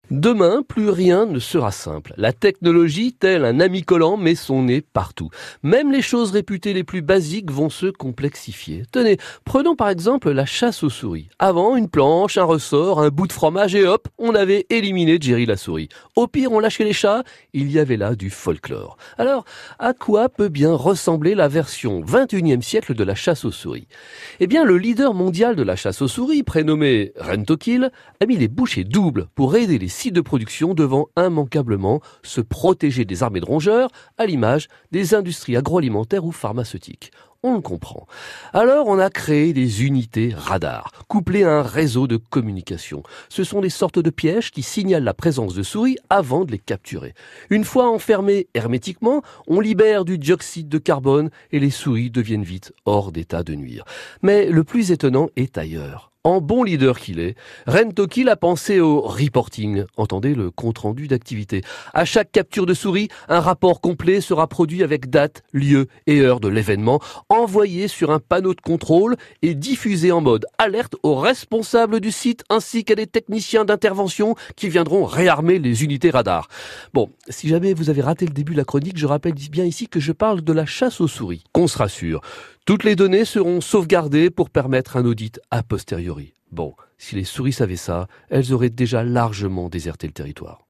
Demain, plus rien ne sera simple. La technologie, tel un ami collant, met son nez partout. Même les choses réputées les plus basiques vont se complexifier. Tenez, prenons par exemple la chasse aux souris. Avant, une planche, un ressort, un bout de fromage et hop, on avait éliminé Jerry la souris. Au pire, on lâchait les chats, il y avait là du folklore. Alors, à quoi peut bien ressembler la version 21e siècle de la chasse aux souris? Eh bien, le leader mondial de la chasse aux souris, prénommé Rentokil, a mis les bouchées doubles pour aider les sites de production devant immanquablement se protéger des armées de rongeurs, à l'image des industries agroalimentaires ou pharmaceutiques. On le comprend. Alors on a créé des unités radars, couplées à un réseau de communication. Ce sont des sortes de pièges qui signalent la présence de souris avant de les capturer. Une fois enfermées hermétiquement, on libère du dioxyde de carbone et les souris deviennent vite hors d'état de nuire. Mais le plus étonnant est ailleurs. En bon leader qu'il est, Rentokil a pensé au reporting, entendez le compte-rendu d'activité. À chaque capture de souris, un rapport complet sera produit avec date, lieu et heure de l'événement, envoyé sur un panneau de contrôle et diffusé en mode alerte aux responsables du site ainsi qu'à des techniciens d'intervention qui viendront réarmer les unités radars. Bon, si jamais vous avez raté le début de la chronique, je rappelle bien ici que je parle de la chasse aux souris. Qu'on se rassure. Toutes les données seront sauvegardées pour permettre un audit a posteriori. Bon, si les souris savaient ça, elles auraient déjà largement déserté le territoire.